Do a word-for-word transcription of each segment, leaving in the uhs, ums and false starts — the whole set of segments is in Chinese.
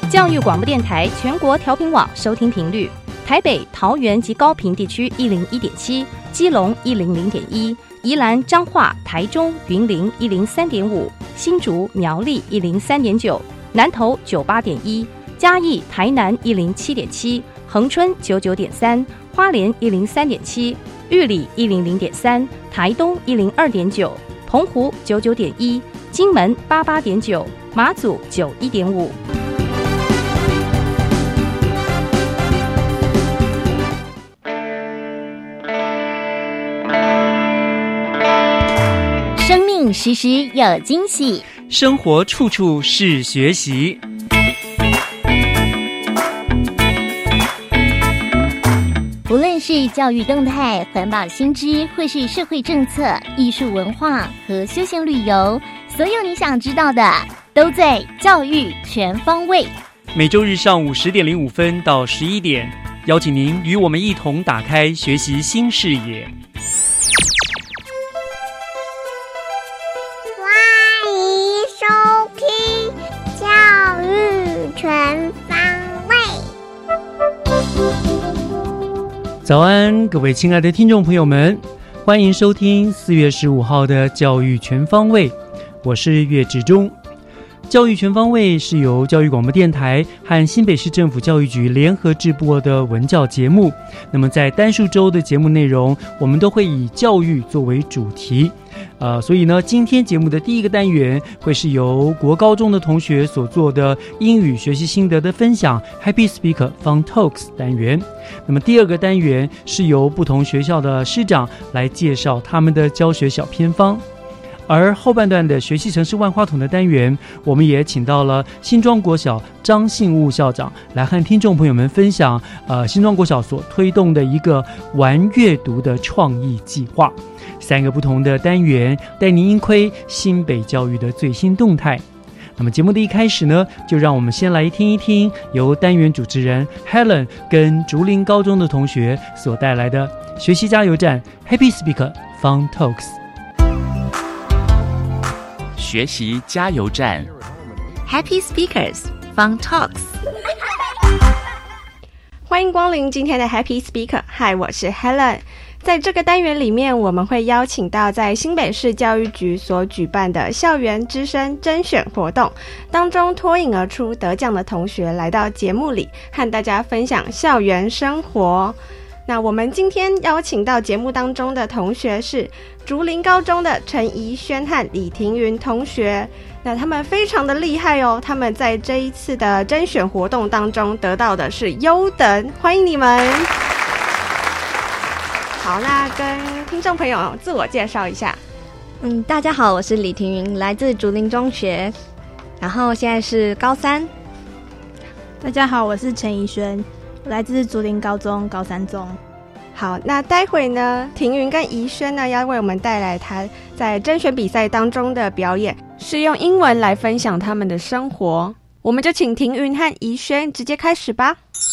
教育广播电台全国调频网收听频率：台北、桃园及高屏地区一零一点七，基隆一零零点一，宜兰、彰化、台中、云林一零三点五，新竹、苗栗一零三点九，南投九八点一，嘉义、台南一零七点七，恒春九九点三，花莲一零三点七，玉里一零零点三，台东一零二点九，澎湖九九点一，金门八八点九，马祖九一点五。 生命时时有惊喜， 生活处处是学习。 无论是教育动态、环保新知，或是社会政策、艺术文化和休闲旅游，所有你想知道的，都在教育全方位。 每周日上午十点零五分到十一点，邀请您与我们一同打开学习新视野。 全方位。 早安，各位亲爱的听众朋友们，欢迎收听四月十五号的教育全方位，我是岳志忠。教育全方位是由教育广播电台和新北市政府教育局联合制播的文教节目。那么在单数周的节目内容，我们都会以教育作为主题。呃，所以呢，今天节目的第一个单元会是由国高中的同学所做的英语学习心得的分享 Happy Speaker Fun Talks 单元。那么第二个单元是由不同学校的师长来介绍他们的教学小偏方。而后半段的学习城市万花筒的单元，我们也请到了新庄国小张信悟校长来和听众朋友们分享呃，新庄国小所推动的一个玩阅读的创意计划。三个不同的单元带您一窥新北教育的最新动态。那么节目的一开始呢，就让我们先来听一听由单元主持人 Helen 跟竹林高中的同学所带来的学习加油站 Happy Speaker Fun Talks。 学习加油站 Happy Speakers Fun Talks。 欢迎光临今天的 Happy Speaker。 嗨，我是 Helen。 在这个单元里面，我们会邀请到在新北市教育局所举办的校园之声甄选活动当中脱颖而出得奖的同学来到节目里，和大家分享校园生活。那我们今天邀请到节目当中的同学是竹林高中的陈怡轩和李庭云同学。那他们非常的厉害哦，他们在这一次的甄选活动当中得到的是优等，欢迎你们。好，那跟听众朋友自我介绍一下。 嗯，大家好，我是李庭云，来自竹林中学，然后现在是高三。 大家好，我是陈怡轩，来自竹林高中高三中。 好，那待会呢，庭云跟怡轩呢要为我们带来他在甄选比赛当中的表演，是用英文来分享他们的生活。我们就请庭云和怡轩直接开始吧。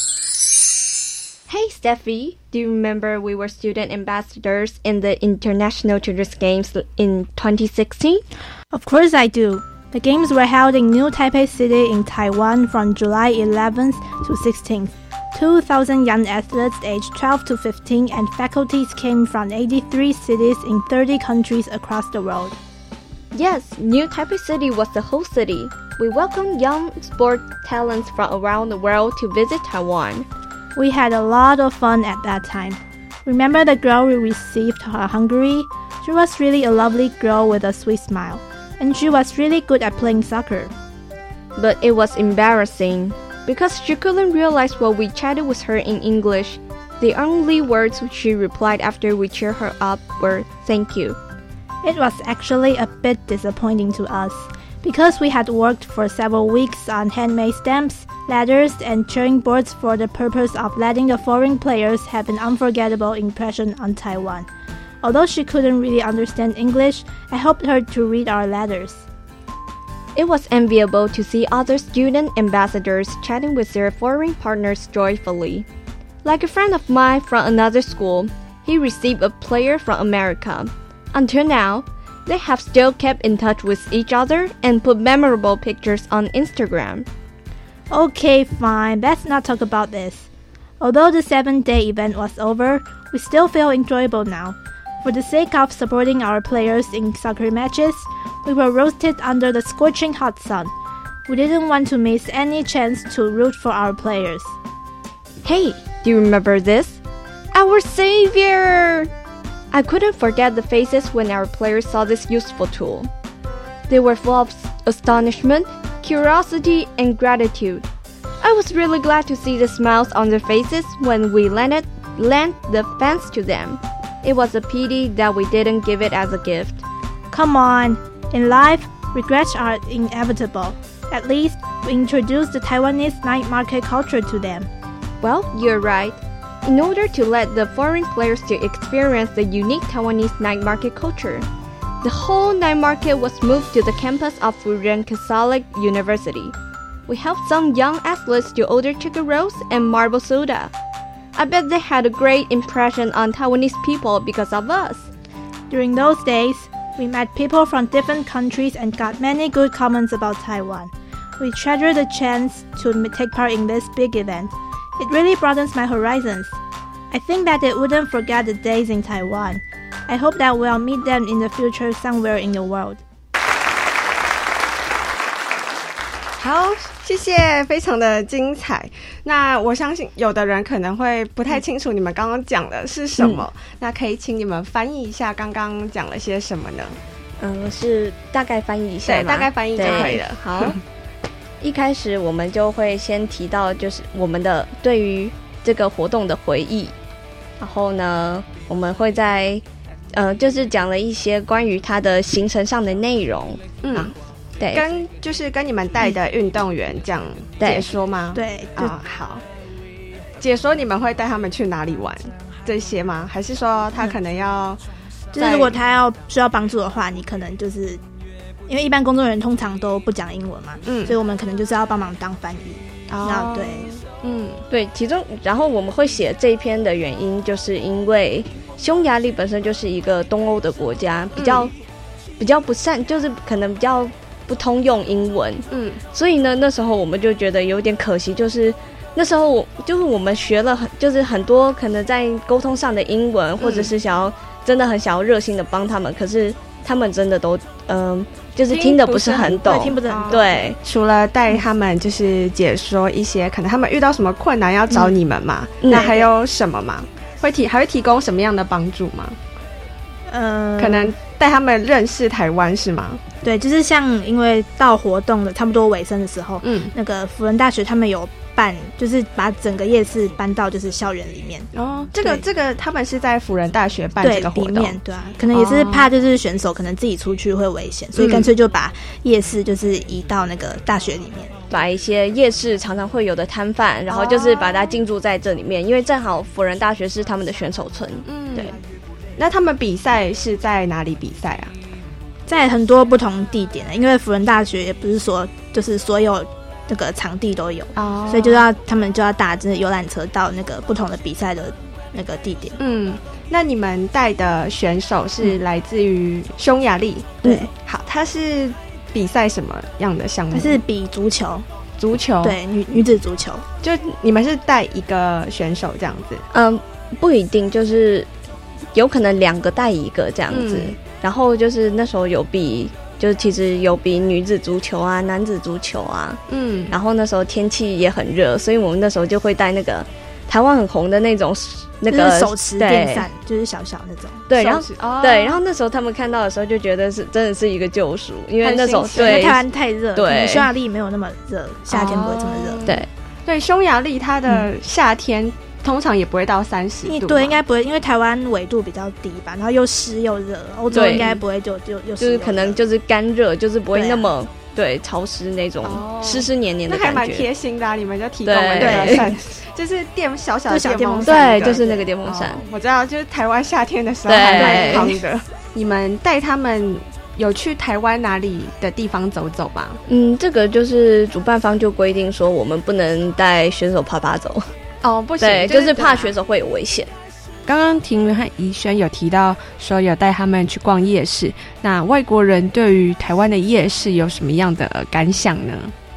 Hey Steffi, do you remember we were student ambassadors in the International Children's Games in twenty sixteen? Of course I do. The games were held in New Taipei City in Taiwan from July eleventh to sixteenth. two thousand young athletes aged twelve to fifteen and faculties came from eighty-three cities in thirty countries across the world. Yes, New Taipei City was the host city. We welcomed young sport talents from around the world to visit Taiwan. We had a lot of fun at that time. Remember the girl we received from Hungary? She was really a lovely girl with a sweet smile, and she was really good at playing soccer. But it was embarrassing, because she couldn't realize what we chatted with her in English. The only words she replied after we cheered her up were, "Thank you." It was actually a bit disappointing to us, because we had worked for several weeks on handmade stamps, ladders, and cheering boards for the purpose of letting the foreign players have an unforgettable impression on Taiwan. Although she couldn't really understand English, I helped her to read our letters. It was enviable to see other student ambassadors chatting with their foreign partners joyfully. Like a friend of mine from another school, he received a player from America. Until now, they have still kept in touch with each other and put memorable pictures on Instagram. Okay, fine. Let's not talk about this. Although the seven-day event was over, we still feel enjoyable now. For the sake of supporting our players in soccer matches, we were roasted under the scorching hot sun. We didn't want to miss any chance to root for our players. Hey, do you remember this? Our savior! I couldn't forget the faces when our players saw this useful tool. They were full of astonishment, curiosity, and gratitude. I was really glad to see the smiles on their faces when we landed, lent the fence to them. It was a pity that we didn't give it as a gift. Come on. In life, regrets are inevitable. At least, we introduced the Taiwanese night market culture to them. Well, you're right. In order to let the foreign players to experience the unique Taiwanese night market culture, the whole night market was moved to the campus of Furen Catholic University. We helped some young athletes to order chicken rolls and marble soda. I bet they had a great impression on Taiwanese people because of us. During those days, we met people from different countries and got many good comments about Taiwan. We treasure the chance to take part in this big event. It really broadens my horizons. I think that they wouldn't forget the days in Taiwan. I hope that we'll meet them in the future somewhere in the world. 好，谢谢，非常的精彩。那我相信有的人可能会不太清楚你们刚刚讲的是什么，嗯、那可以请你们翻译一下刚刚讲了些什么呢？ 嗯，是大概翻译一下吗？ 对，大概翻译就可以了。 好，一开始我们就会先提到就是我们的对于这个活动的回忆，然后呢，我们会在呃，就是讲了一些关于它的行程上的内容，嗯。啊对， 跟就是跟你们带的运动员这样解说吗？ 对啊、哦，好。解说你们会带他们去哪里玩这些吗？还是说他可能要、嗯， 就是如果他要需要帮助的话，你可能就是因为一般工作人员通常都不讲英文嘛，嗯，所以我们可能就是要帮忙当翻译。哦，那对， 嗯，对，其中然后我们会写这一篇的原因，就是因为匈牙利本身就是一个东欧的国家，比较、嗯、比较不善，就是可能比较。不通用英文，嗯，所以呢，那时候我们就觉得有点可惜，就是那时候我就是我们学了很，就是很多可能在沟通上的英文，嗯、或者是想要真的很想要热心的帮他们，可是他们真的都嗯、呃，就是听得不是很懂， 听不是很懂。 对， 除了带他们就是解说一些可能他们遇到什么困难要找你们嘛，嗯、那还有什么吗？会提还会提供什么样的帮助吗？嗯，可能带他们认识台湾是吗？ 对，就是像因为到活动的差不多尾声的时候，嗯，那个辅仁大学他们有办，就是把整个夜市搬到就是校园里面。 哦，这个这个他们是在辅仁大学办这个活动， 里面对啊，可能也是怕就是选手可能自己出去会危险，哦、所以干脆就把夜市就是移到那个大学里面， 把一些夜市常常会有的摊贩，然后就是把它进驻在这里面，因为正好辅仁大学是他们的选手村。嗯，对。 那他们比赛是在哪里比赛啊？ 在很多不同地点，因为辅仁大学也不是说就是所有那个场地都有，哦、所以就要他们就要搭真的游览车到那个不同的比赛的那个地点。 嗯，那你们带的选手是来自于匈牙利？ 嗯、对， 好，他是比赛什么样的项目？ 他是比足球， 足球， 对，女女子足球。 就你们是带一个选手这样子？ 嗯，不一定，就是有可能两个带一个这样子。嗯，然后就是那时候有比，就是其实有比女子足球啊、男子足球啊，嗯，然后那时候天气也很热，所以我们那时候就会带那个台湾很红的那种那个、 就是、手持电扇，就是小小那种， 对，然后、哦、对，然后那时候他们看到的时候就觉得是真的是一个救赎，因为那时候对台湾太热， 对， 匈牙利没有那么热，夏天不会这么热，哦、 对对，匈牙利它的夏天。嗯通常也不会到三十度， 对，应该不会，因为台湾纬度比较低吧，然后又湿又热，欧洲应该不会就就又就是可能就是干热，就是不会那么 对,、啊、对潮湿那种湿湿黏黏的感觉， 那还蛮贴心的、啊，你们就提供了那个扇，就是电小小的电风扇，对，就是那个电风扇、哦， 我知道，就是台湾夏天的时候还蛮烫的。你们带他们有去台湾哪里的地方走走吧？ 嗯，这个就是主办方就规定说，我们不能带选手啪啪走。 哦，不行， 对，就是怕选手会有危险。 刚刚庭云和怡轩有提到说有带他们去逛夜市，那外国人对于台湾的夜市有什么样的感想呢？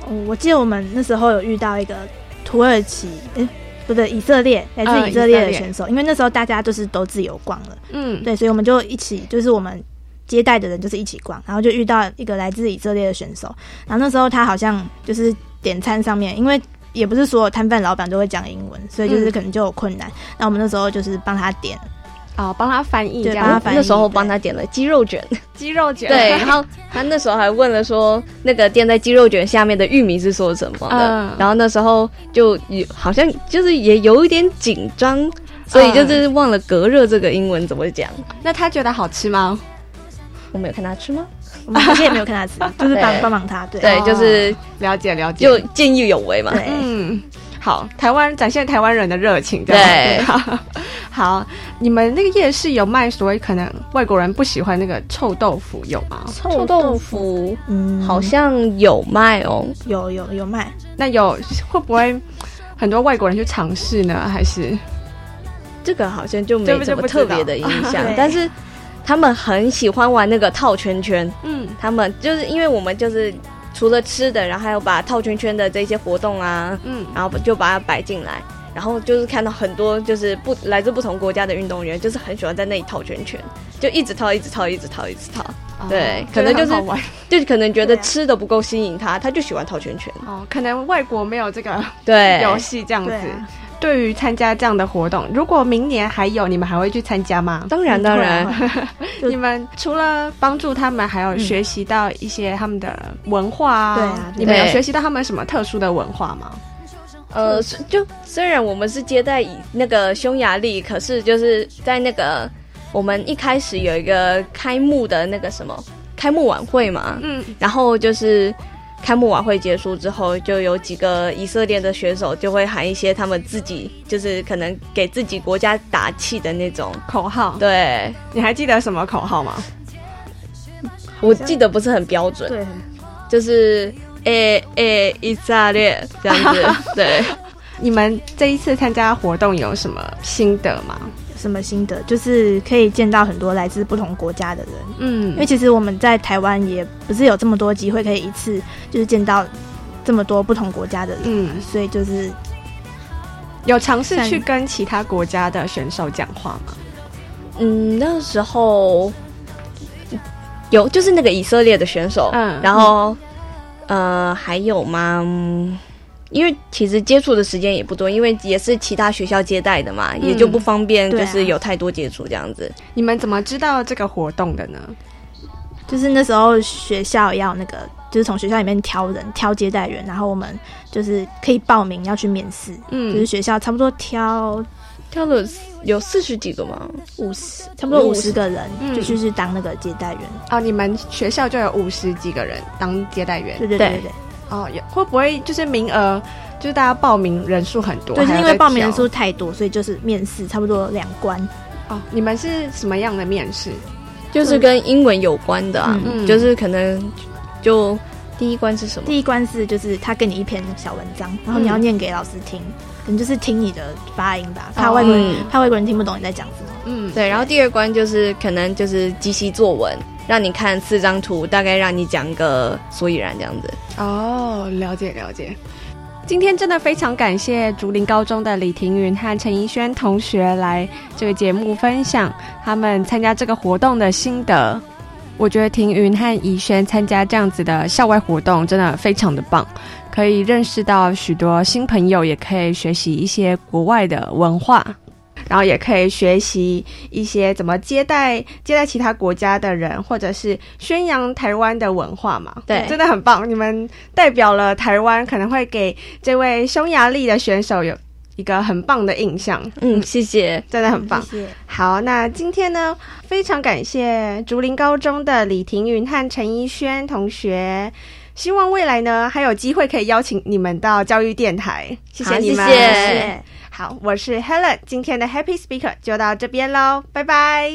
嗯，我记得我们那时候有遇到一个土耳其，诶不对，以色列，来自以色列的选手、呃、因为那时候大家就是都自由逛了，嗯，对，所以我们就一起，就是我们接待的人就是一起逛，然后就遇到一个来自以色列的选手，然后那时候他好像就是点餐上面，因为也不是所有摊贩老板都会讲英文，所以就是可能就有困难，那、嗯、我们那时候就是帮他点。 哦，帮他翻译，这样帮他翻译。那时候帮他点了鸡肉卷， 鸡肉卷。 对，然后他那时候还问了说，那个垫在鸡肉卷下面的玉米是说什么的。嗯、然后那时候就有好像就是也有一点紧张，所以就是忘了隔热这个英文怎么讲。 嗯、那他觉得好吃吗？ 我没有看他吃吗？ 我们好像也没有看他吃，就是帮帮忙他。对， 对，就是了解了解， 就见义勇为嘛。 对， 嗯。好，台湾展现台湾人的热情，对，对好，好，你们那个夜市有卖所谓可能外国人不喜欢那个臭豆腐有吗？ 臭豆腐，嗯，好像有卖哦， 有有有卖。 那有会不会很多外国人去尝试呢？还是这个好像就没什么特别的印象，但是他们很喜欢玩那个套圈圈，嗯，他们就是因为我们就是。除了吃的，然后还有把套圈圈的这些活动啊，嗯，然后就把它摆进来，然后就是看到很多就是不来自不同国家的运动员，就是很喜欢在那里套圈圈，就一直套，一直套，一直套，一直套。哦、对，可能就是就可能觉得吃的不够吸引他，他就喜欢套圈圈。 哦，可能外国没有这个对游戏这样子。对于参加这样的活动，如果明年还有，你们还会去参加吗？ 当然当然你们除了帮助他们，还有学习到一些他们的文化啊、嗯、对啊，你们有学习到他们什么特殊的文化吗？ 呃，就虽然我们是接待那个匈牙利，可是就是在那个我们一开始有一个开幕的那个什么开幕晚会嘛，嗯，然后就是开幕晚会结束之后，就有几个以色列的选手就会喊一些他们自己就是可能给自己国家打气的那种口号。 对， 你还记得什么口号吗？ 我记得不是很标准，对，就是诶诶以色列这样子。对， 你们这一次参加活动有什么心得吗？ 什么心得？就是可以见到很多来自不同国家的人，嗯，因为其实我们在台湾也不是有这么多机会可以一次就是见到这么多不同国家的人，嗯，所以就是有尝试去跟其他国家的选手讲话吗？ 嗯，那时候有，就是那个以色列的选手，嗯，然后呃还有吗？因为其实接触的时间也不多，因为也是其他学校接待的嘛，嗯、也就不方便，就是有太多接触这样子、 啊。你们怎么知道这个活动的呢？ 就是那时候学校要那个，就是从学校里面挑人，挑接待员，然后我们就是可以报名要去面试。嗯，就是学校差不多挑挑了有四十几个吗？ 五十，差不多五十个人，嗯、就去当那个接待员。 哦，你们学校就有五十几个人当接待员？ 对对对对对。 哦，会不会就是名额，就是大家报名人数很多？ 对，是因为报名人数太多，所以就是面试差不多两关。 哦，你们是什么样的面试？ 就是跟英文有关的啊，嗯、就是可能就第一关是什么？ 第一关是就是他给你一篇小文章，然后你要念给老师听，嗯、可能就是听你的发音吧，怕外国人、嗯、怕外国人听不懂你在讲什么。 嗯，对。然后第二关就是可能就是即席作文。让你看四张图，大概让你讲个所以然这样子。 哦，了解了解。今天真的非常感谢竹林高中的李庭云和陈怡轩同学来这个节目分享他们参加这个活动的心得。我觉得庭云和怡轩参加这样子的校外活动真的非常的棒，可以认识到许多新朋友，也可以学习一些国外的文化。然后也可以学习一些怎么接待接待其他国家的人，或者是宣扬台湾的文化嘛。 对， 真的很棒，你们代表了台湾，可能会给这位匈牙利的选手有一个很棒的印象。 嗯，谢谢， 真的很棒。 谢谢。 好，那今天呢，非常感谢竹林高中的李庭云和陈怡轩同学。希望未来呢还有机会可以邀请你们到教育电台。谢谢你们。 谢谢。 好，我是 Helen， 今天的 Happy Speaker 就到这边咯，拜拜。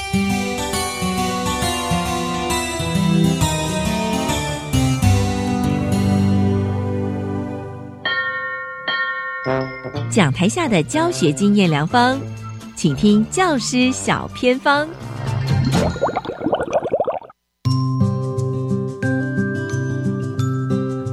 讲台下的教学经验良方，请听教师小偏方。 欢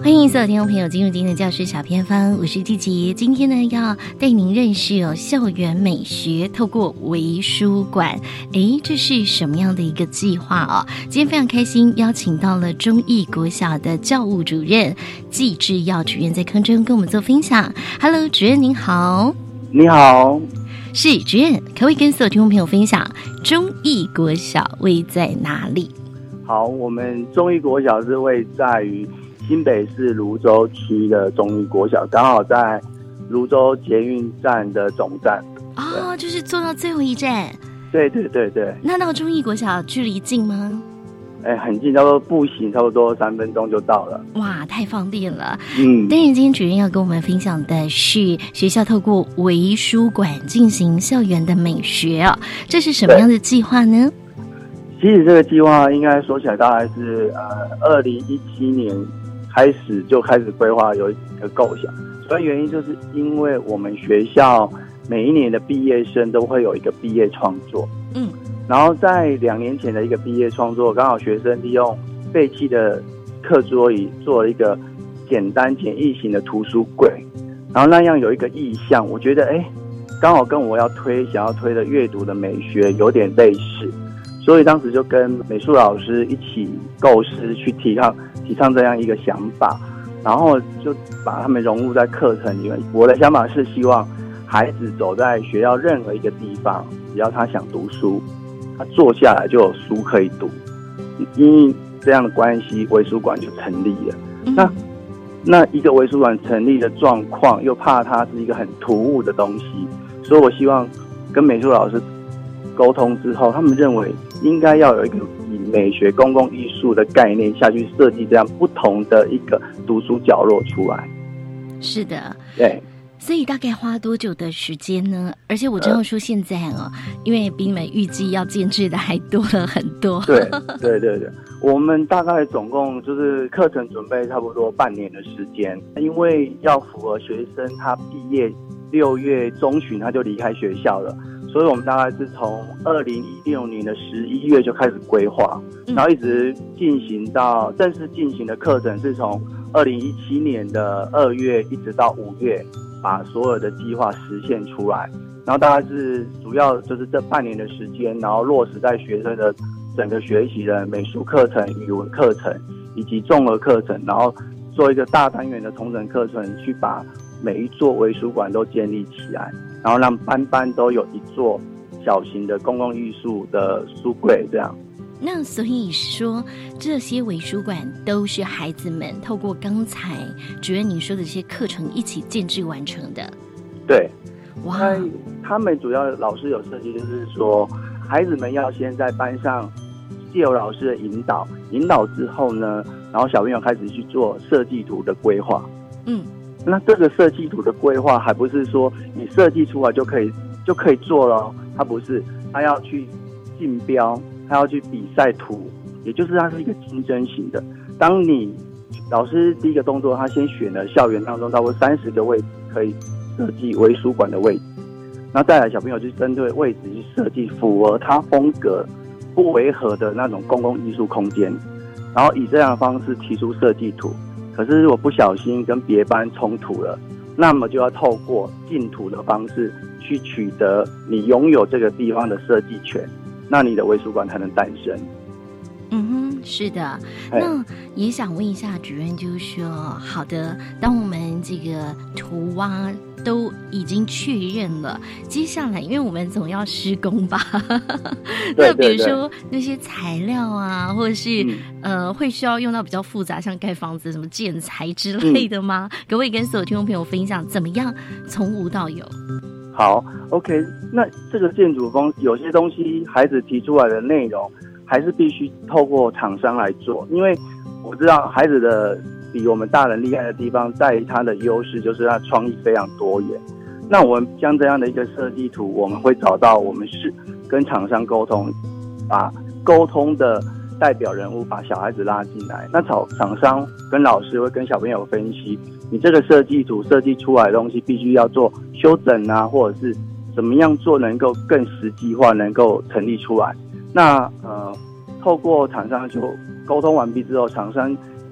欢迎所有听众朋友进入今天的教师小偏方，我是季杰。今天呢，要带您认识哦校园美学，透过微书馆。诶，这是什么样的一个计划哦？今天非常开心，邀请到了忠义国小的教务主任季志耀主任在空中跟我们做分享。Hello， 主任您好。 你好。 是主任，可不可以跟所有听众朋友分享忠义国小位在哪里？ 好，我们忠义国小是位在于新北市蘆洲区的忠义国小，刚好在蘆洲捷运站的总站。 哦，就是坐到最后一站。 对对对对。 那到忠义国小距离近吗？ 哎，很近，差不多步行差不多三分钟就到了。 哇，太方便了。 嗯， 当然，今天主任要跟我们分享的是学校透过微书馆进行校园的美学哦，这是什么样的计划呢？ 其实这个计划应该说起来，大概是呃，二零一七年开始就开始规划，有一个构想。主要原因就是因为我们学校每一年的毕业生都会有一个毕业创作，嗯。然后在两年前的一个毕业创作，刚好学生利用废弃的课桌椅做了一个简单简易型的图书柜，然后那样有一个意象，我觉得哎，刚好跟我要推想要推的阅读的美学有点类似，所以当时就跟美术老师一起构思去提倡提倡这样一个想法，然后就把他们融入在课程里面。我的想法是希望孩子走在学校任何一个地方，只要他想读书，他坐下来就有书可以读，因为这样的关系，微书馆就成立了。嗯、那那一个微书馆成立的状况，又怕它是一个很突兀的东西，所以我希望跟美术老师沟通之后，他们认为应该要有一个以美学、公共艺术的概念下去设计这样不同的一个读书角落出来。 是的， 对。 所以大概花多久的时间呢？而且我知道说现在哦，呃、因为比你们预计要建制的还多了很多。 对对对对，我们大概总共就是课程准备差不多半年的时间，因为要符合学生他毕业六月中旬他就离开学校了，所以我们大概是从二零一六年的十一月就开始规划，然后一直进行到正式进行的课程是从二零一七年的二月一直到五月。把所有的计划实现出来，然后大概是主要就是这半年的时间，然后落实在学生的整个学习的美术课程、语文课程以及综合课程，然后做一个大单元的统整课程，去把每一座微书馆都建立起来，然后让班班都有一座小型的公共艺术的书柜这样。 那所以说，这些微书馆都是孩子们透过刚才主任您说的这些课程一起建制完成的。 对， 哇， 他们主要老师有设计，就是说孩子们要先在班上藉由老师的引导，引导之后呢，然后小朋友开始去做设计图的规划。嗯，那这个设计图的规划还不是说你设计出来就可以就可以做了，他不是，他要去竞标。他要去比赛图，也就是它是一个竞争型的。当你老师第一个动作，他先选了校园当中差不多三十个位置可以设计微书馆的位置，然后再来小朋友去针对位置去设计符合他风格不违和的那种公共艺术空间，然后以这样的方式提出设计图。可是如果不小心跟别班冲突了，那么就要透过竞图的方式去取得你拥有这个地方的设计权。那你的微书馆才能诞生。 嗯哼，是的。那也想问一下主任，就是说，好的，当我们这个图啊都已经确认了，接下来因为我们总要施工吧，那比如说那些材料啊，或者是、嗯、呃会需要用到比较复杂，像盖房子什么建材之类的吗？可不可以跟所有听众朋友分享，怎么样从无到有？ 好 ，OK， 那这个建筑风有些东西孩子提出来的内容，还是必须透过厂商来做，因为我知道孩子的比我们大人厉害的地方，在于他的优势就是他创意非常多元。那我们将这样的一个设计图，我们会找到我们是跟厂商沟通，把沟通的代表人物把小孩子拉进来，那厂厂商跟老师会跟小朋友分析。你这个设计图设计出来的东西必须要做修整啊，或者是怎么样做能够更实际化，能够成立出来。那呃，透过厂商就沟通完毕之后，厂商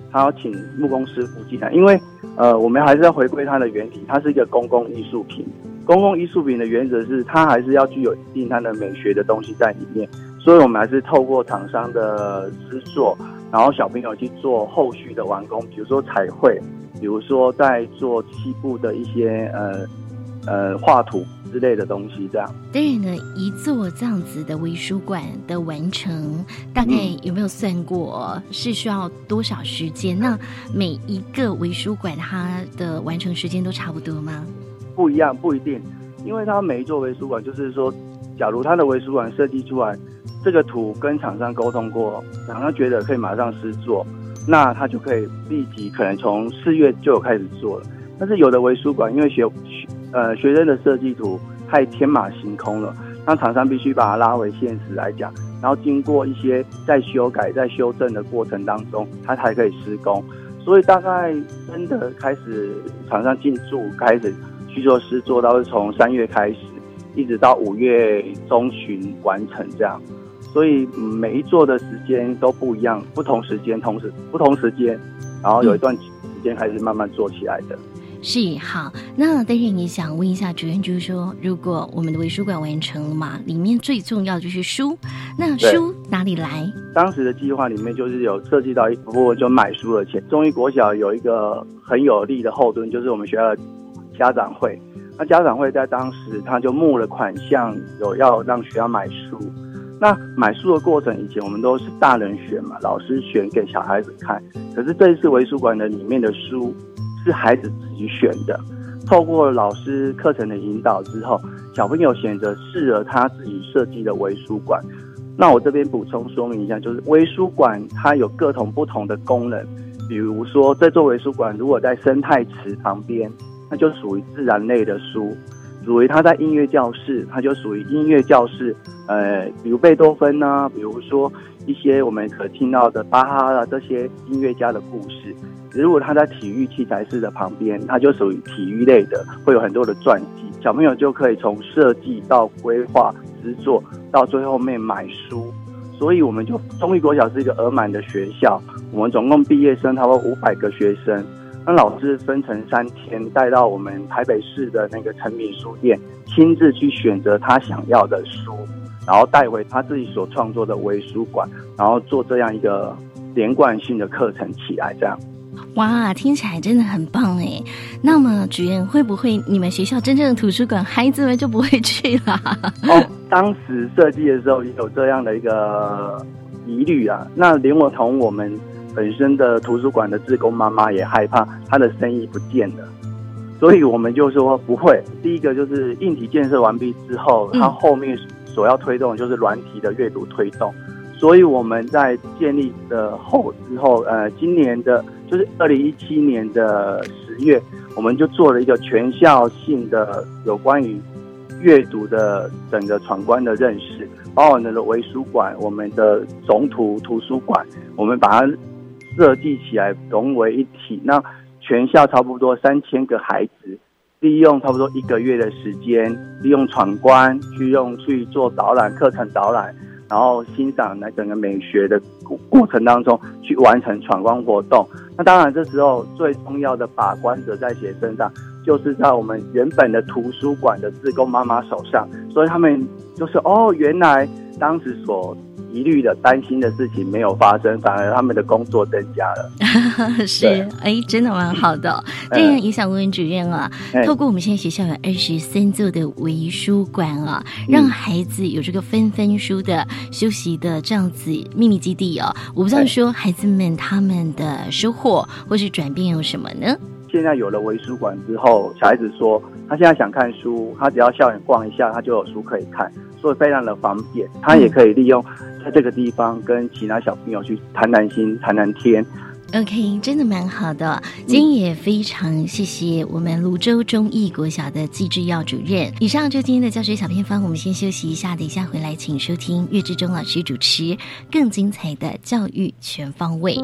他要请木工师傅进来，因为呃，我们还是要回归它的原理，它是一个公共艺术品。公共艺术品的原则是，它还是要具有一定它的美学的东西在里面，所以我们还是透过厂商的制作，然后小朋友去做后续的完工，比如说彩绘，比如说在做漆布的一些呃呃画图之类的东西，这样。 当然呢，一座这样子的微书馆的完成，大概有没有算过是需要多少时间？那每一个微书馆它的完成时间都差不多吗？ 不一样，不一定，因为它每一座微书馆，就是说，假如它的微书馆设计出来，这个图跟厂商沟通过，厂商觉得可以马上施作，那他就可以立即可能从四月就有开始做了。但是有的微书馆，因为学呃学生的设计图太天马行空了，那厂商必须把它拉回现实来讲，然后经过一些在修改、在修正的过程当中，它才可以施工。所以大概真的开始厂商进驻开始去做施作，到是从三月开始，一直到五月中旬完成这样。所以、嗯、每一座的时间都不一样，不同时间同时不同时间，然后有一段时间开始慢慢做起来的。 是，好，那当然也想问一下主任，就是说，如果我们的微书馆完成了嘛，里面最重要就是书，那书哪里来？ 当时的计划里面就是有涉及到一部分就买书的钱。中医国小有一个很有力的后盾，就是我们学校的家长会。那家长会在当时他就募了款项，有要让学校买书。那买书的过程，以前我们都是大人选嘛，老师选给小孩子看。可是这一次微书馆的里面的书是孩子自己选的，透过老师课程的引导之后，小朋友选择适合他自己设计的微书馆。那我这边补充说明一下，就是微书馆它有各种不同的功能，比如说这座微书馆如果在生态池旁边，那就属于自然类的书；属于它在音乐教室，它就属于音乐教室。呃，比如贝多芬啊，比如说一些我们可听到的巴哈啊这些音乐家的故事。如果他在体育器材室的旁边，它就属于体育类的，会有很多的传记，小朋友就可以从设计到规划、制作，到最后面买书。所以我们就中医国小是一个额满的学校，我们总共毕业生差不多五百个学生。那老师分成三天，带到我们台北市的那个诚品书店，亲自去选择他想要的书，然后带回他自己所创作的微书馆，然后做这样一个连贯性的课程起来，这样。 哇，听起来真的很棒哎！那么主任，会不会你们学校真正的图书馆，孩子们就不会去了？ 哦，当时设计的时候也有这样的一个疑虑啊。那连我同我们本身的图书馆的志工妈妈也害怕她的生意不见了，所以我们就说不会。第一个就是硬体建设完毕之后，它后面所要推动的就是软体的阅读推动。所以我们在建立的后之后，呃，今年的就是二零一七年的十月，我们就做了一个全校性的有关于阅读的整个闯关的认识，包含了微书馆、我们的总图图书馆，我们把它设计起来融为一体。那全校差不多三千个孩子，利用差不多一个月的时间，利用闯关去用去做导览课程导览。然后欣赏那整个美学的过程当中去完成闯关活动。那当然这时候最重要的把关者在谁身上，就是在我们原本的图书馆的志工妈妈手上。所以他们就是哦，原来当时所疑虑的担心的事情没有发生，反而他们的工作增加了。 是，哎，真的蛮好的。这样也想问问主任啊， 嗯、 透过我们现在学校有二十三座的微书馆啊，让孩子有这个分分书的休息的这样子秘密基地哦。我不知道说孩子们他们的收获或是转变有什么呢？ 现在有了微书馆之后，小孩子说他现在想看书，他只要校园逛一下，他就有书可以看，所以非常的方便。他也可以利用在这个地方跟其他小朋友去谈谈心、谈谈天。 OK， 真的蛮好的。今天也非常谢谢我们泸州中义国小的季志耀主任。以上就今天的教学小偏方，我们先休息一下，等一下回来请收听岳志忠老师主持更精彩的教育全方位。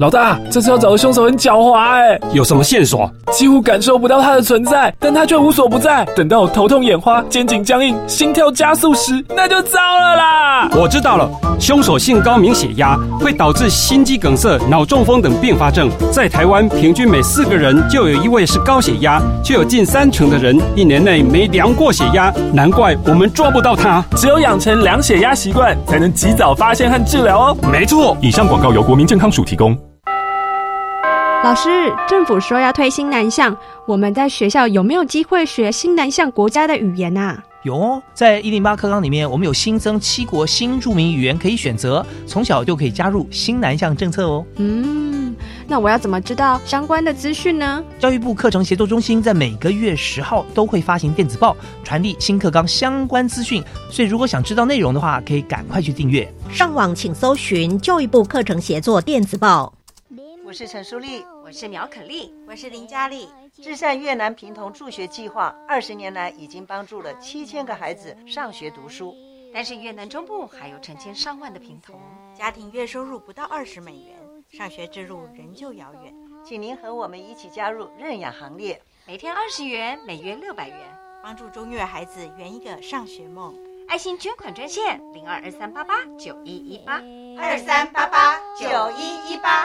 老大，这次要找的凶手很狡猾哎， 有什么线索？ 几乎感受不到他的存在，但他却无所不在。等到我头痛眼花、肩颈僵硬、心跳加速时，那就糟了啦！ 我知道了，凶手性高明血压，会导致心肌梗塞、脑中风等并发症。在台湾，平均每四个人就有一位是高血压，却有近三成的人一年内没量过血压，难怪我们抓不到他。 只有养成量血压习惯，才能及早发现和治疗哦。 没错， 以上广告由国民健康署提供。 老师，政府说要推新南向，我们在学校有没有机会学新南向国家的语言啊？ 有哦，在一零八课纲里面，我们有新增七国新著名语言可以选择，从小就可以加入新南向政策哦。 嗯，那我要怎么知道相关的资讯呢？ 教育部课程协作中心在每个月十号都会发行电子报，传递新课纲相关资讯，所以如果想知道内容的话，可以赶快去订阅。 上网请搜寻教育部课程协作电子报。 我是陈淑丽， 我是苗可丽， 我是林佳丽。至善越南平童助学计划二十年来已经帮助了七千个孩子上学读书， 但是越南中部还有成千上万的平童， 家庭月收入不到二十美元，上学之路仍旧遥远。 请您和我们一起加入认养行列， 每天二十元，每月六百元， 帮助中越孩子圆一个上学梦。 爱心捐款专线零二二三八八九一一八二三八八九一一八。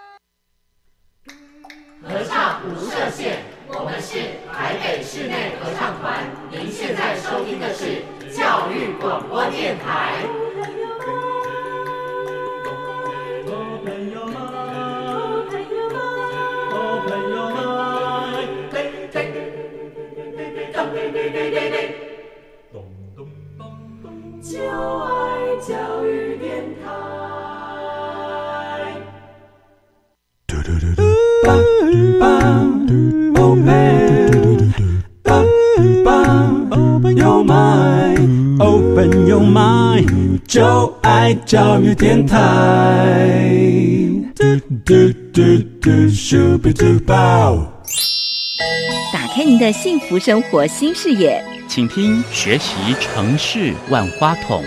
合唱无设限，我们是台北室内合唱团。您现在收听的是教育广播电台。就爱教育电台。Open your mind, open your mind， 就爱教育电台。 打开您的幸福生活新视野， 请听学习城市万花筒。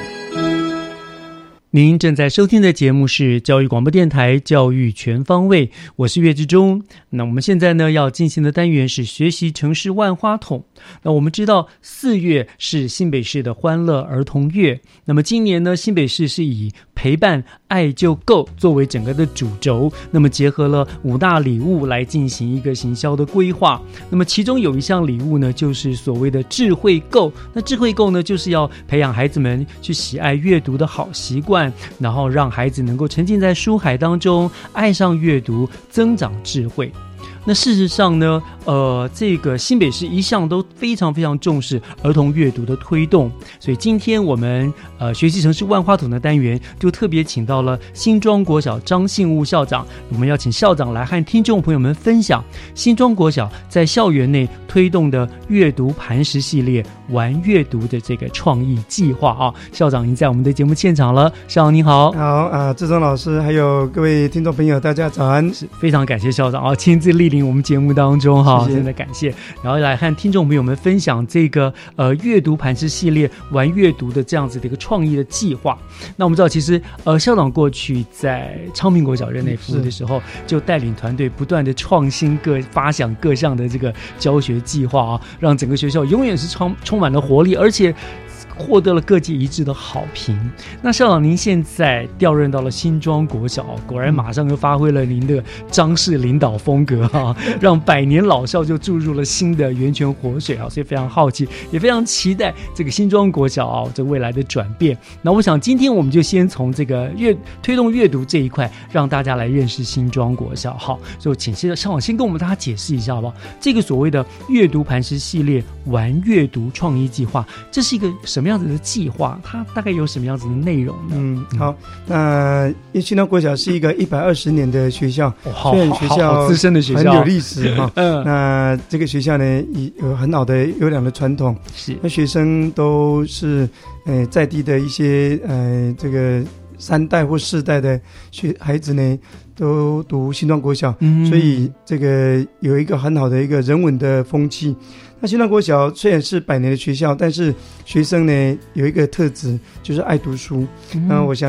您正在收听的节目是教育广播电台教育全方位，我是岳志忠。那我们现在呢要进行的单元是学习城市万花筒。那我们知道四月是新北市的欢乐儿童月，那么今年呢新北市是以陪伴爱就够作为整个的主轴，那么结合了五大礼物来进行一个行销的规划。那么其中有一项礼物呢就是所谓的智慧购，那智慧购呢就是要培养孩子们去喜爱阅读的好习惯，然后让孩子能够沉浸在书海当中，爱上阅读，增长智慧。那事实上呢，呃，这个新北市一向都非常非常重视儿童阅读的推动，所以今天我们呃学习城市万花筒的单元就特别请到了新庄国小张信悟校长，我们要请校长来和听众朋友们分享新庄国小在校园内推动的阅读磐石系列玩阅读的这个创意计划啊。校长已经在我们的节目现场了，校长你好。 好啊，志忠老师还有各位听众朋友大家早安。 是非常感谢校长啊，亲自莅临我们节目当中哈， 谢谢， 真的感谢。然后来和听众朋友们分享这个呃阅读磐石系列玩阅读的这样子的一个创意的计划。那我们知道，其实呃校长过去在昌平国小任内服务的时候，就带领团队不断的创新各发想各项的这个教学计划啊，让整个学校永远是充充满了活力，而且获得了各界一致的好评。那校长您现在调任到了新庄国小，果然马上就发挥了您的张氏领导风格啊，让百年老校就注入了新的源泉活水啊，所以非常好奇，也非常期待这个新庄国小啊这未来的转变。那我想今天我们就先从这个阅推动阅读这一块，让大家来认识新庄国小。好，所以请校长先跟我们大家解释一下好不好？这个所谓的阅读磐石系列玩阅读创意计划，这是一个什么样子的计划？它大概有什么样子的内容呢？ 嗯，好，那因为新庄国小是一个一百二十年的学校， 哦、 虽然学校资深的学校很有历史哈。 嗯， 那这个学校呢，有很好的优良的传统， 是那学生都是呃在地的一些呃这个三代或四代的学孩子呢，都读新庄国小， 嗯， 所以这个有一个很好的一个人文的风气。那新庄国小虽然是百年的学校，但是学生呢有一个特质，就是爱读书。那、嗯、我想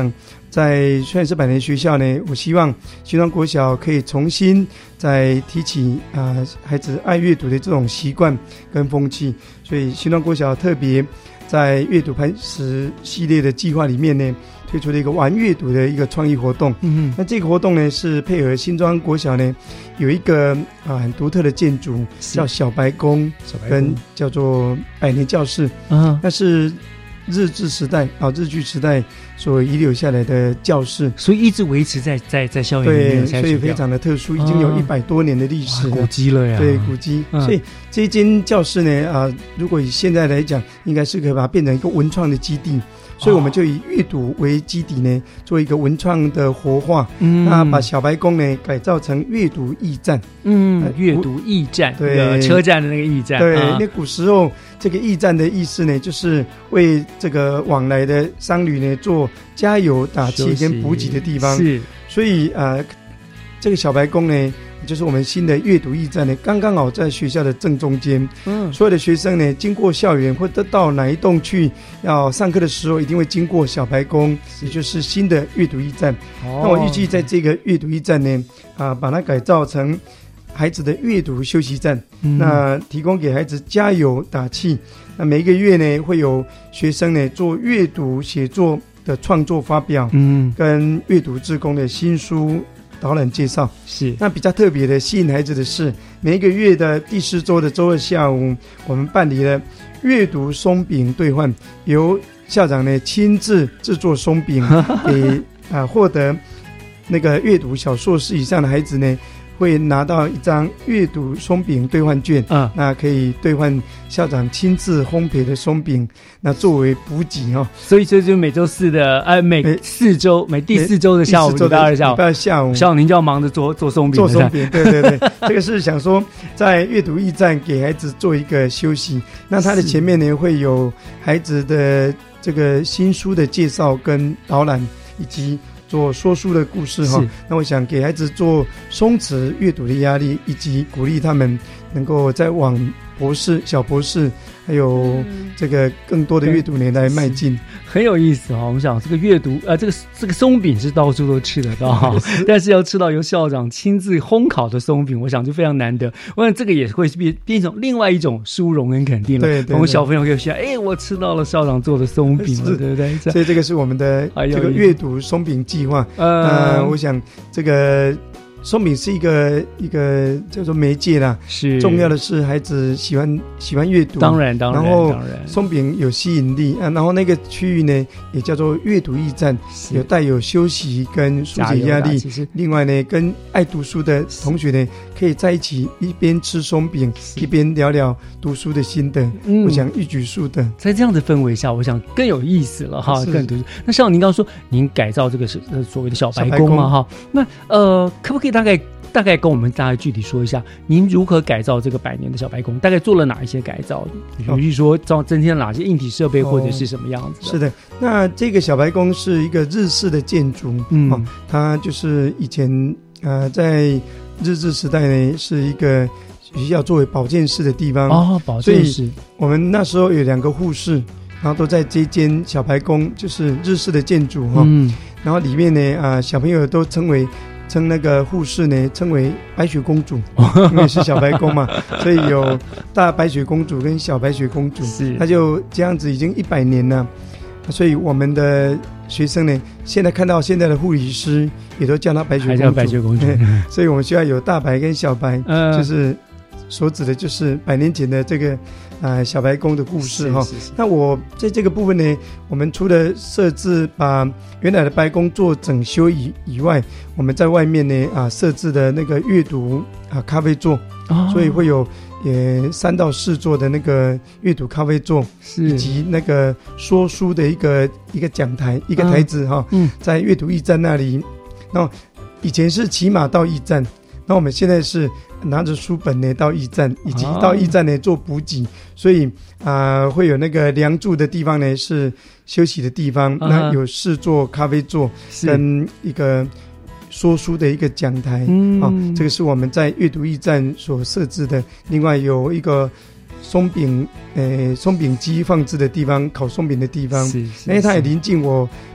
在虽然是百年学校呢，我希望新庄国小可以重新再提起啊、呃、孩子爱阅读的这种习惯跟风气，所以新庄国小特别在阅读磐石系列的计划里面呢，推出了一个玩阅读的一个创意活动。嗯，那这个活动呢是配合新庄国小呢有一个啊、呃、很独特的建筑叫小白宫，跟叫做百年教室。嗯，那是日治时代啊，日据时代所遗留下来的教室， 所以一直维持在在在校园里面， 对，所以非常的特殊，已经有一百多年的历史了， 古迹了呀。 对，古迹。嗯、所以这一间教室呢，啊、呃，如果以现在来讲，应该是可以把它变成一个文创的基地。所以我们就以阅读为基底呢，做一个文创的活化。嗯，那把小白宫呢改造成阅读驿站。 嗯，呃、阅读驿站，对，那个车站的那个驿站。 对，啊、那古时候这个驿站的意思呢，就是为这个往来的商旅呢做加油打气跟补给的地方。是，所以呃，这个小白宫呢，就是我们新的阅读驿站呢，刚刚好在学校的正中间。嗯，所有的学生呢，经过校园或者到哪一栋去要上课的时候，一定会经过小白宫，也就是新的阅读驿站。哦，那我预计在这个阅读驿站呢，啊、呃，把它改造成孩子的阅读休息站。嗯，那提供给孩子加油打气。那每一个月呢，会有学生呢做阅读写作的创作发表，嗯，跟阅读志工的新书导览介绍。是，那比较特别的吸引孩子的是，每一个月的第四周的周二下午，我们办理了阅读松饼兑换，由校长呢亲自制作松饼，给啊获得那个阅读小硕士以上的孩子呢，会拿到一张阅读松饼兑换券，啊，那可以兑换校长亲自烘焙的松饼，那作为补给哦。 所以这就每周四的，呃，每四周每第四周的下午，礼拜二下午， 礼拜下午， 下午您就要忙着做做松饼， 做松饼，对对对，这个是想说在阅读驿站给孩子做一个休息。那它的前面呢会有孩子的这个新书的介绍跟导览，以及做说书的故事哈，那我想给孩子做松弛阅读的压力，以及鼓励他们能够再往博士、小博士，还有这个更多的阅读年代迈进， 很有意思哈。我们想这个阅读，呃，这个这个松饼是到处都吃得到哈，但是要吃到由校长亲自烘烤的松饼，我想就非常难得。我想这个也会变变成另外一种殊荣跟肯定了。对，对对，我们小朋友可以想，哎，我吃到了校长做的松饼了，对不对？ 所以这个是我们的这个阅读松饼计划。呃，呃，我想这个。松饼是一个一个叫做媒介啦，是重要的是孩子喜欢喜欢阅读， 当然当然， 然后松饼有吸引力啊，然后那个区域呢也叫做阅读驿站，有带有休息跟疏解压力。另外呢，跟爱读书的同学呢可以在一起一边吃松饼一边聊聊读书的心得，嗯，我想一举数得。 在这样的氛围下，我想更有意思了哈，更读书。那像您刚刚说，您改造这个是所谓的小白宫嘛哈，那呃可不可以大概大概跟我们大概具体说一下，您如何改造这个百年的小白宫？大概做了哪一些改造？比如说增增添哪些硬体设备，或者是什么样子的？ 是的，那这个小白宫是一个日式的建筑，嗯，哦，它就是以前呃在日治时代呢是一个学校作为保健室的地方哦，保健室。 所以我们那时候有两个护士，然后都在这间小白宫，就是日式的建筑哈，嗯，然后里面呢啊、呃、小朋友都称为。称那个护士呢称为白雪公主，因为是小白宫嘛，所以有大白雪公主跟小白雪公主，是，那就这样子已经一百年了。所以我们的学生呢，现在看到现在的护理师也都叫她白雪公主，还叫白雪公主。 所以我们学校有大白跟小白，嗯，就是所指的就是百年前的这个呃小白宫的故事哈。那我在这个部分呢，我们除了设置把原来的白宫做整修以以外，我们在外面呢啊设置的那个阅读啊咖啡座，哦，所以会有也三到四座的那个阅读咖啡座，以及那个说书的一个一个讲台一个台子哈，嗯，在阅读驿站那里。那以前是骑马到驿站，那我们现在是拿着书本呢到驿站，以及到驿站呢做补给，所以啊、呃、会有那个梁柱的地方呢是休息的地方，啊，那有四座咖啡座跟一个说书的一个讲台，嗯，哦，这个是我们在阅读驿站所设置的。另外有一个松饼，呃，松饼机放置的地方，烤松饼的地方，因为它也临近我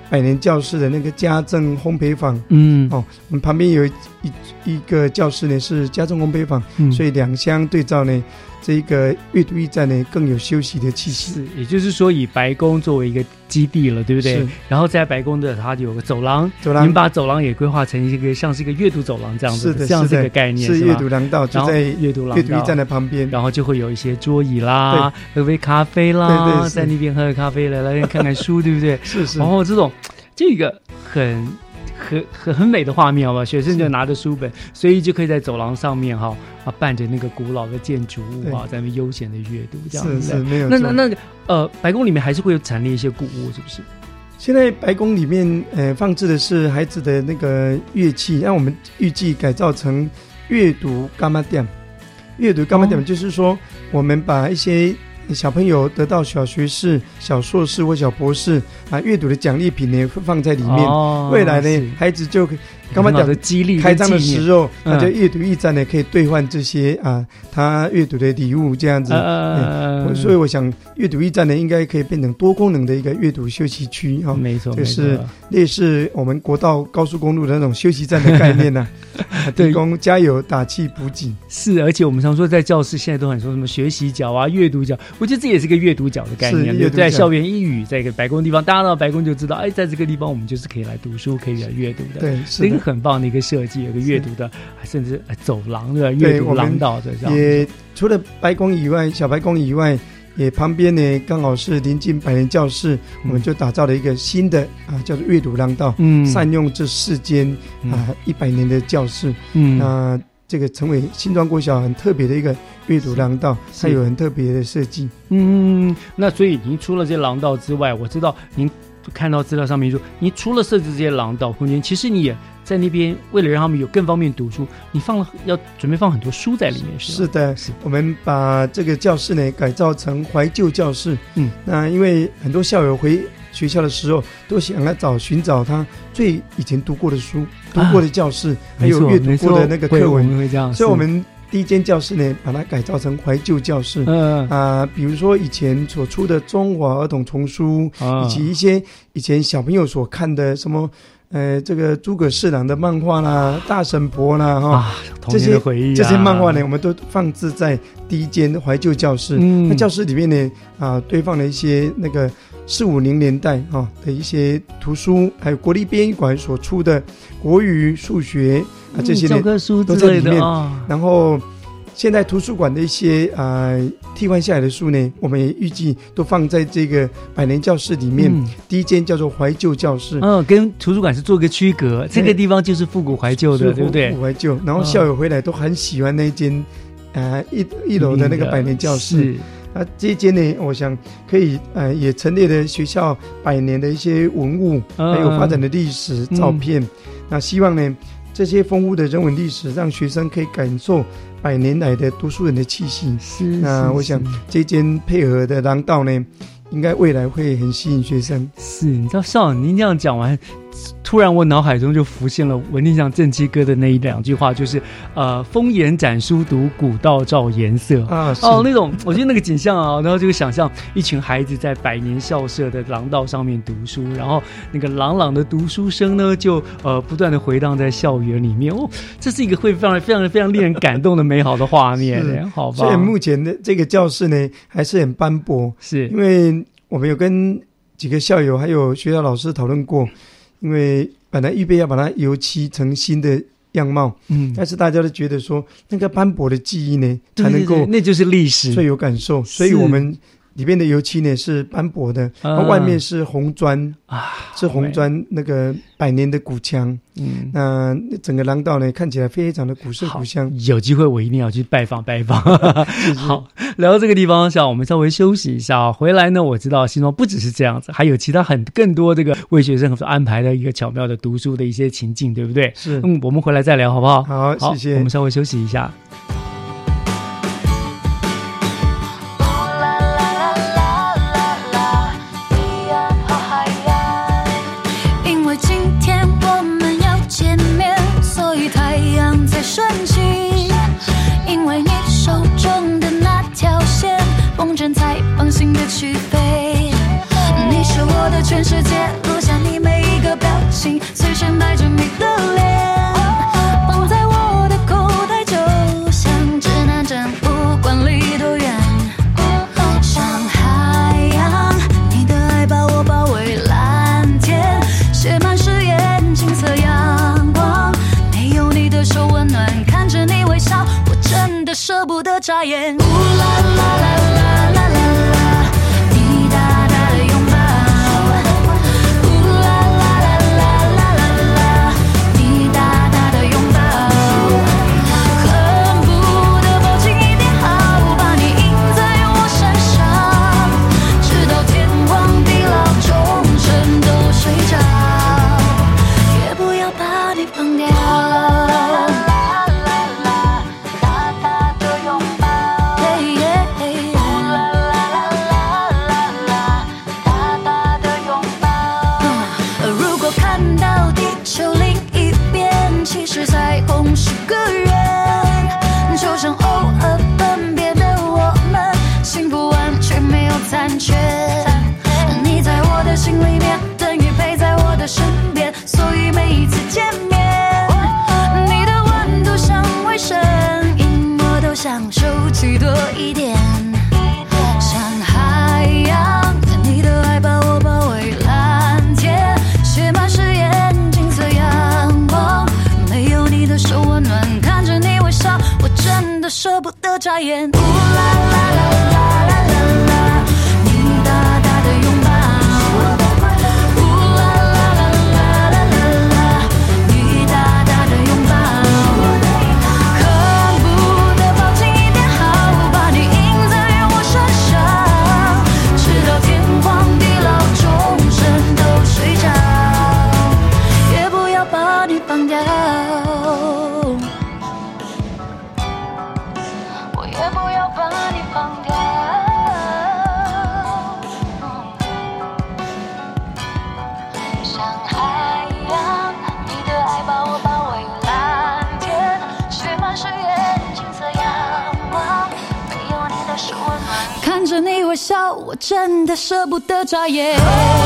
百年教室的那个家政烘焙坊， 嗯， 哦，我们旁边有一一一个教室呢是家政烘焙坊，嗯，所以两相对照呢，这个阅读驿站呢更有休息的气息。 是，也就是说以白宫作为一个基地了，对不对？然后在白宫的它有个走廊，走廊，你们把走廊也规划成一个像是一个阅读走廊这样子的，这样这个概念是阅读廊道，就在阅读廊阅读驿站的旁边， 然后就会有一些桌椅啦，喝杯咖啡啦，对对，在那边喝个咖啡来来看看书，对不对？ 是是。 然后这种这个很。很很很美的画面，好吧？学生就拿着书本，随意就可以在走廊上面哈啊，伴着那个古老的建筑物啊，在那边悠闲的阅读，这样子。 是是，没有那那那个呃，白宫里面还是会有陈列一些古物，是不是？ 现在白宫里面呃放置的是孩子的那个乐器，让我们预计改造成阅读伽马店。阅读伽马店就是说，我们把一些小朋友得到小学士、小硕士或小博士啊阅读的奖励品呢，放在里面。哦、未来呢，孩子就刚刚讲的激励开张的时候，他就阅读驿站呢可以兑换这些啊他阅读的礼物这样子。呃嗯、所以我想阅读驿站呢应该可以变成多功能的一个阅读休息区哈。 没错， 就是类似我们国道高速公路的那种休息站的概念呢、啊，提供加油打气补给。 是，而且我们常说在教室现在都很说什么学习角啊、阅读角。我觉得这也是个阅读角的概念，就在校园一语，在一个白宫地方，大家到白宫就知道，哎，在这个地方我们就是可以来读书，可以来阅读的。 对， 是一个很棒的一个设计，有个阅读的，甚至走廊的阅读廊道的这样。 也除了白宫以外，小白宫以外，也旁边呢刚好是临近百年教室，我们就打造了一个新的啊，叫做阅读廊道，嗯，善用这世间啊一百年的教室，嗯，那这个成为新庄国小很特别的一个阅读廊道，它有很特别的设计。 嗯，那所以您除了这些廊道之外，我知道您看到资料上面说，您除了设置这些廊道空间，其实你也在那边为了让他们有更方便读书，你放了要准备放很多书在里面。是是的，是我们把这个教室呢改造成怀旧教室。嗯，那因为很多校友回学校的时候都想要找寻找他最以前读过的书、读过的教室，啊、还有阅读过的那个课文， 会这样。 所以我们第一间教室呢，把它改造成怀旧教室。嗯啊、呃，比如说以前所出的中华儿童丛书，啊、以及一些以前小朋友所看的什么。呃，这个诸葛四郎的漫画啦，大神婆啦，哈、 啊，这些回忆、啊、 这些漫画呢，我们都放置在第一间怀旧教室。嗯，那教室里面呢，啊，堆放了一些那个四五零年代啊的一些图书，还有国立编译馆所出的国语、数学啊这些呢， 教科书都在里面。 哦、 然后现在图书馆的一些啊、呃、替换下来的书呢，我们也预计都放在这个百年教室里面。嗯、第一间叫做怀旧教室， 嗯，跟图书馆是做个区隔，这个地方就是复古怀旧的，对不对？ 复古怀旧，然后校友回来都很喜欢那间，呃一一楼的那个百年教室。啊，这一间呢，我想可以呃也陈列了学校百年的一些文物，嗯、还有发展的历史照片。嗯、那希望呢，这些丰富的人文历史，让学生可以感受百年来的读书人的气息。 是， 那我想这间配合的廊道呢，应该未来会很吸引学生。 是，你知道校长您这样讲完，突然我脑海中就浮现了文天祥正气歌的那一两句话，就是呃风颜展书读，古道照颜色啊，哦那种我觉得那个景象啊，然后就想象一群孩子在百年校舍的廊道上面读书，然后那个朗朗的读书声呢，就呃不断的回荡在校园里面。哦，这是一个会非常非常非常令人感动的美好的画面，好吧？ 所以目前的这个教室呢，还是很斑驳， 是因为我们有跟几个校友还有学校老师讨论过。因为本来预备要把它油漆成新的样貌，嗯，但是大家都觉得说那个斑驳的记忆呢，才能够， 那就是历史， 最有感受，所以我们里面的油漆呢是斑驳的，啊、外面是红砖啊，是红砖那个百年的古墙，嗯，那整个廊道呢看起来非常的古色古香。 有机会我一定要去拜访拜访。好，聊到这个地方上，我们稍微休息一下，回来呢，我知道新庄不只是这样子，还有其他很更多这个为学生所安排的一个巧妙的读书的一些情境，对不对？ 是， 嗯，我们回来再聊好不好？ 好， 好， 谢谢。 我们稍微休息一下。 顺起，因为你手中的那条线，风筝才放心的起飞。你是我的全世界，落下你没舍不得眨眼。呜啦啦啦啦啦啦啦，你大大的拥抱。呜啦啦啦啦啦啦啦，你大大的拥抱。恨不得抱紧一点好，把你印在我身上，直到天荒地老，终身都睡着，也不要把你放掉。彩虹是个人，就像偶尔分别的我们，幸福完全没有残缺。你在我的心里面，等于陪在我的身边，所以每一次见面，你的温度像微生音，我都想收集多一点。像海洋，你的爱把我包围，蓝天写满誓言，金色阳光。没有你的手温暖，看着你微笑，我真的舍不得眨眼。呜啦啦啦啦啦啦啦，你大大的拥抱。呜啦啦啦啦啦啦啦，你大大的拥抱。恨不得抱紧一点好，把你印在我身上，直到天荒地老，终身都睡着，也不要把你放掉。也不要把你放掉。像海洋，你的爱把我包围，蓝天写满誓言，金色阳光，没有你的手温暖，看着你微笑，我真的舍不得眨眼。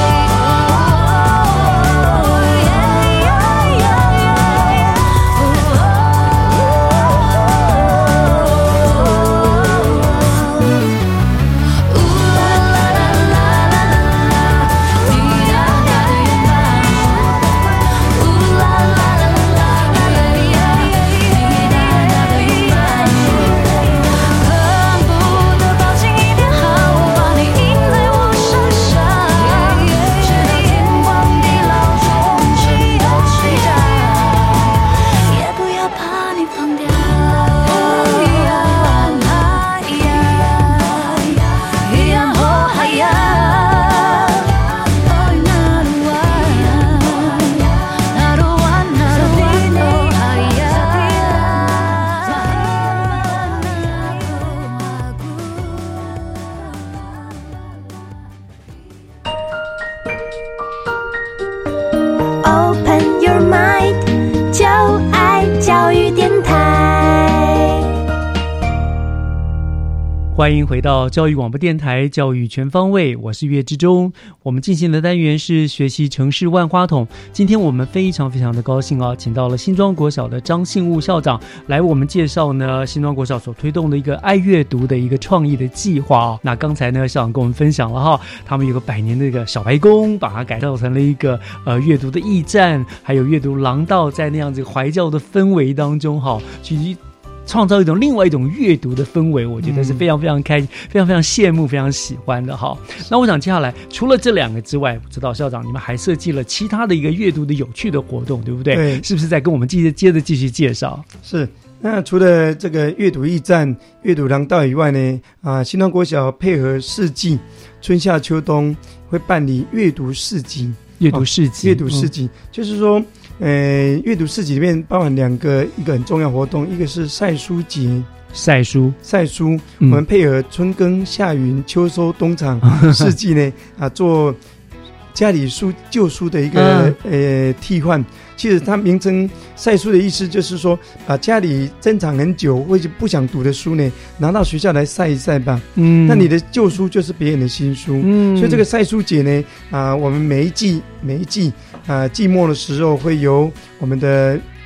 欢迎回到教育广播电台教育全方位，我是岳志忠。我们进行的单元是学习城市万花筒。今天我们非常非常的高兴啊，请到了新庄国小的张信悟校长来为我们介绍呢新庄国小所推动的一个爱阅读的一个创意的计划啊。那刚才呢校长跟我们分享了哈，他们有个百年的一个小白宫，把它改造成了一个呃阅读的驿站，还有阅读廊道，在那样子怀教的氛围当中哈，去创造一种另外一种阅读的氛围，我觉得是非常非常开心、嗯、非常非常羡慕、非常喜欢的哈。那我想接下来除了这两个之外，我知道校长你们还设计了其他的一个阅读的有趣的活动，对不对？对，是不是再跟我们接着接着继续介绍？ 是。那除了这个阅读驿站、阅读廊道以外呢，啊，新庄国小配合四季，春夏秋冬会办理阅读市集。 阅读市集， 阅读市集、嗯、就是说。呃，阅读市集里面包含两个，一个很重要活动，一个是晒书节， 晒书， 晒书、嗯，我们配合春耕、夏耘、秋收、冬藏四季呢，啊，做家里书旧书的一个、嗯、呃替换。其实它名称晒书的意思就是说，把家里珍藏很久或者不想读的书呢，拿到学校来晒一晒吧。嗯，那你的旧书就是别人的新书。嗯，所以这个晒书节呢，啊、呃，我们每一季每一季啊、呃、季末的时候会由我们的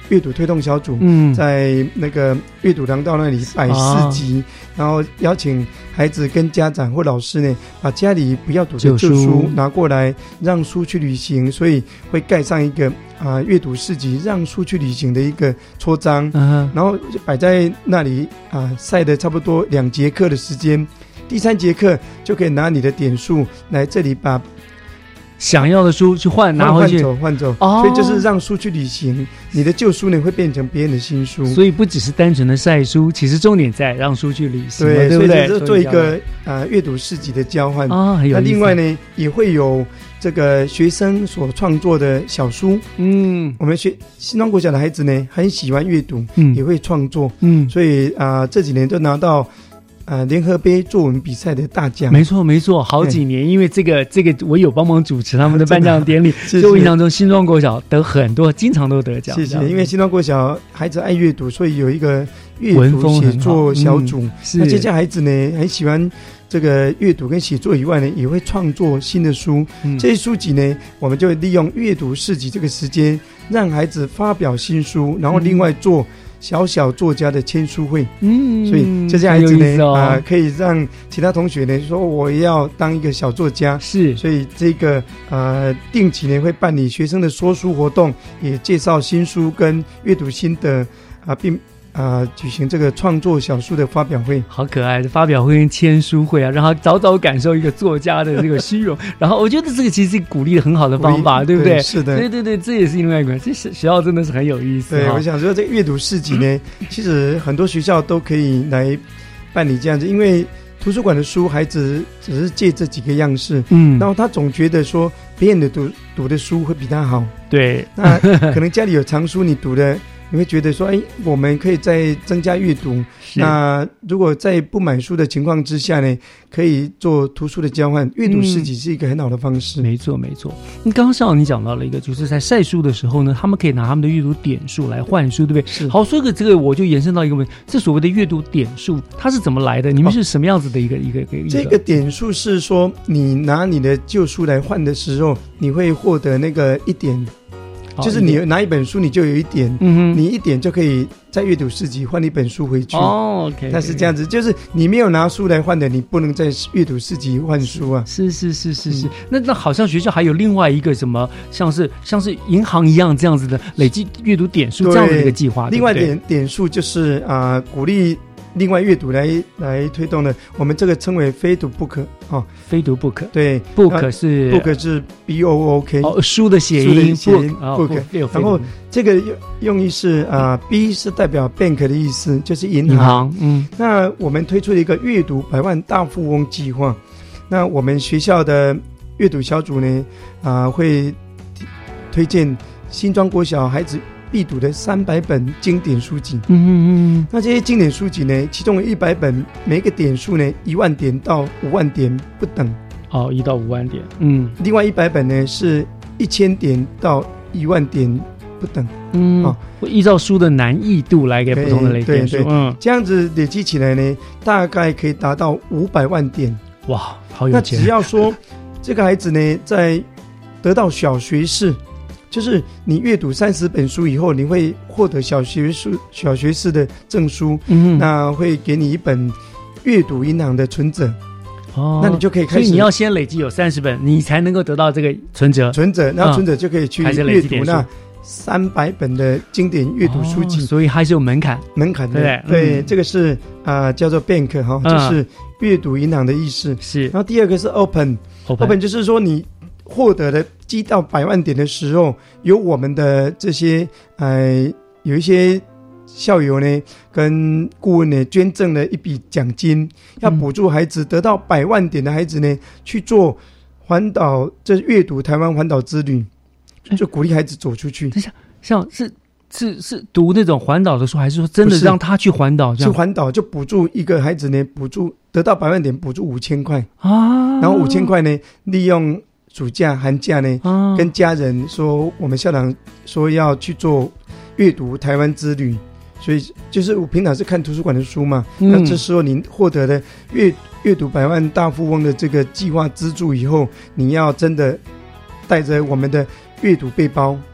阅读推动小组， 嗯， 在那个阅读廊道那里摆市集，啊，然后邀请孩子跟家长或老师呢，把家里不要读的旧书拿过来，让书去旅行，所以会盖上一个啊阅读市集让书去旅行的一个戳章，嗯，然后摆在那里啊，晒的差不多两节课的时间，第三节课就可以拿你的点数来这里把想要的书去换，拿回去， 换走换走，哦，所以就是让书去旅行，你的旧书呢会变成别人的新书， 所以不只是单纯的晒书，其实重点在让书去旅行， 对， 对不对？ 所以就做一个啊阅读市集的交换啊，很有意思。 那另外呢也会有这个学生所创作的小书，嗯，我们学新庄国小的孩子呢很喜欢阅读，嗯，也会创作，嗯，所以啊，呃、这几年都拿到呃，联合杯作文比赛的大奖， 没错没错，好几年，因为这个这个我有帮忙主持他们的颁奖典礼，所以我印象中新庄国小得很多，经常都得奖。 谢谢，因为新庄国小孩子爱阅读，所以有一个阅读写作小组。嗯，那这些孩子呢，很喜欢这个阅读跟写作以外呢，也会创作新的书。嗯，这些书籍呢，我们就利用阅读市集这个时间，让孩子发表新书，然后另外做小小作家的签书会，嗯，所以这些孩子呢，哦，啊，可以让其他同学呢说我要当一个小作家， 是， 所以这个呃定期呢会办理学生的说书活动，也介绍新书跟阅读心得啊，并啊、呃，举行这个创作小书的发表会， 好可爱的发表会跟签书会啊，让他早早感受一个作家的这个虚荣。然后我觉得这个其实是鼓励的很好的方法，对不对？ 是的， 对对对，这也是另外一个。这学校真的是很有意思。 对，我想说这个阅读市集呢，其实很多学校都可以来办理这样子，因为图书馆的书，孩子只是借这几个样式，嗯，然后他总觉得说别人的读读的书会比他好， 对， 那可能家里有藏书，你读的。你会觉得说，哎，我们可以再增加阅读。那如果在不买书的情况之下呢，可以做图书的交换，阅读市集是一个很好的方式。 嗯，没错，没错。你刚刚上你讲到了一个，就是在晒书的时候呢，他们可以拿他们的阅读点数来换书，对不对？ 是。 好，所以这个我就延伸到一个问题，这所谓的阅读点数，它是怎么来的？你们是什么样子的一个、哦、一个一个？ 这个点数是说，你拿你的旧书来换的时候，你会获得那个一点。就是你拿一本书，你就有一点，嗯，你一点就可以在阅读市集换一本书回去。 哦 ，OK， 那是这样子，就是你没有拿书来换的，你不能在阅读市集换书啊。 是是是是是，嗯、那那好像学校还有另外一个什么，像是像是银行一样这样子的累积阅读点数这样的一个计划。 另外点点数就是啊、呃，鼓励。另外阅读来来推动的，我们这个称为非读不可哦， 非读不可。 对 ，book 是 book 是 B O O K， 哦，书的谐音 book， book。然后这个用意是啊、呃、，B 是代表 bank 的意思，就是银行。 银行，嗯。 那我们推出了一个阅读百万大富翁计划，那我们学校的阅读小组呢啊、呃、会推荐新庄国小孩子必读的三百本经典书籍，嗯嗯嗯，那这些经典书籍呢，其中有一百本，每个点数呢一万点到五万点不等， 哦，一到五万点，嗯， 另外一百本呢是一千点到一万点不等， 嗯，哦，会依照书的难易度来给不同的累点数， 嗯，这样子累积起来呢，大概可以达到五百万点， 哇，好有钱！ 那只要说这个孩子呢，在得到小学士。就是你阅读三十本书以后，你会获得小学书小学士的证书，嗯，那会给你一本阅读银行的存折，哦，那你就可以开始。 所以你要先累积有三十本，你才能够得到这个存折。 存折，然后存折就可以去阅读那三百本的经典阅读书籍， 哦，所以还是有门槛， 门槛的。 对， 对， 嗯， 这个是啊、呃、叫做 bank 哈，嗯，就是阅读银行的意思。 是， 然后第二个是 open，open open 就是说你。获得了积到百万点的时候，有我们的这些呃有一些校友呢跟顾问呢捐赠了一笔奖金，要补助孩子得到百万点的孩子呢去做环岛，这阅读台湾环岛之旅，就鼓励孩子走出去。 等一下，像是是是读那种环岛的书，还是说真的让他去环岛？ 去环岛就补助一个孩子呢，补助得到百万点，补助五千块啊，然后五千块呢利用。暑假、寒假呢，哦，跟家人说，我们校长说要去做阅读台湾之旅，所以就是我平常是看图书馆的书嘛，嗯，那这时候您获得了阅阅读百万大富翁的这个计划资助以后，你要真的带着我们的阅读背包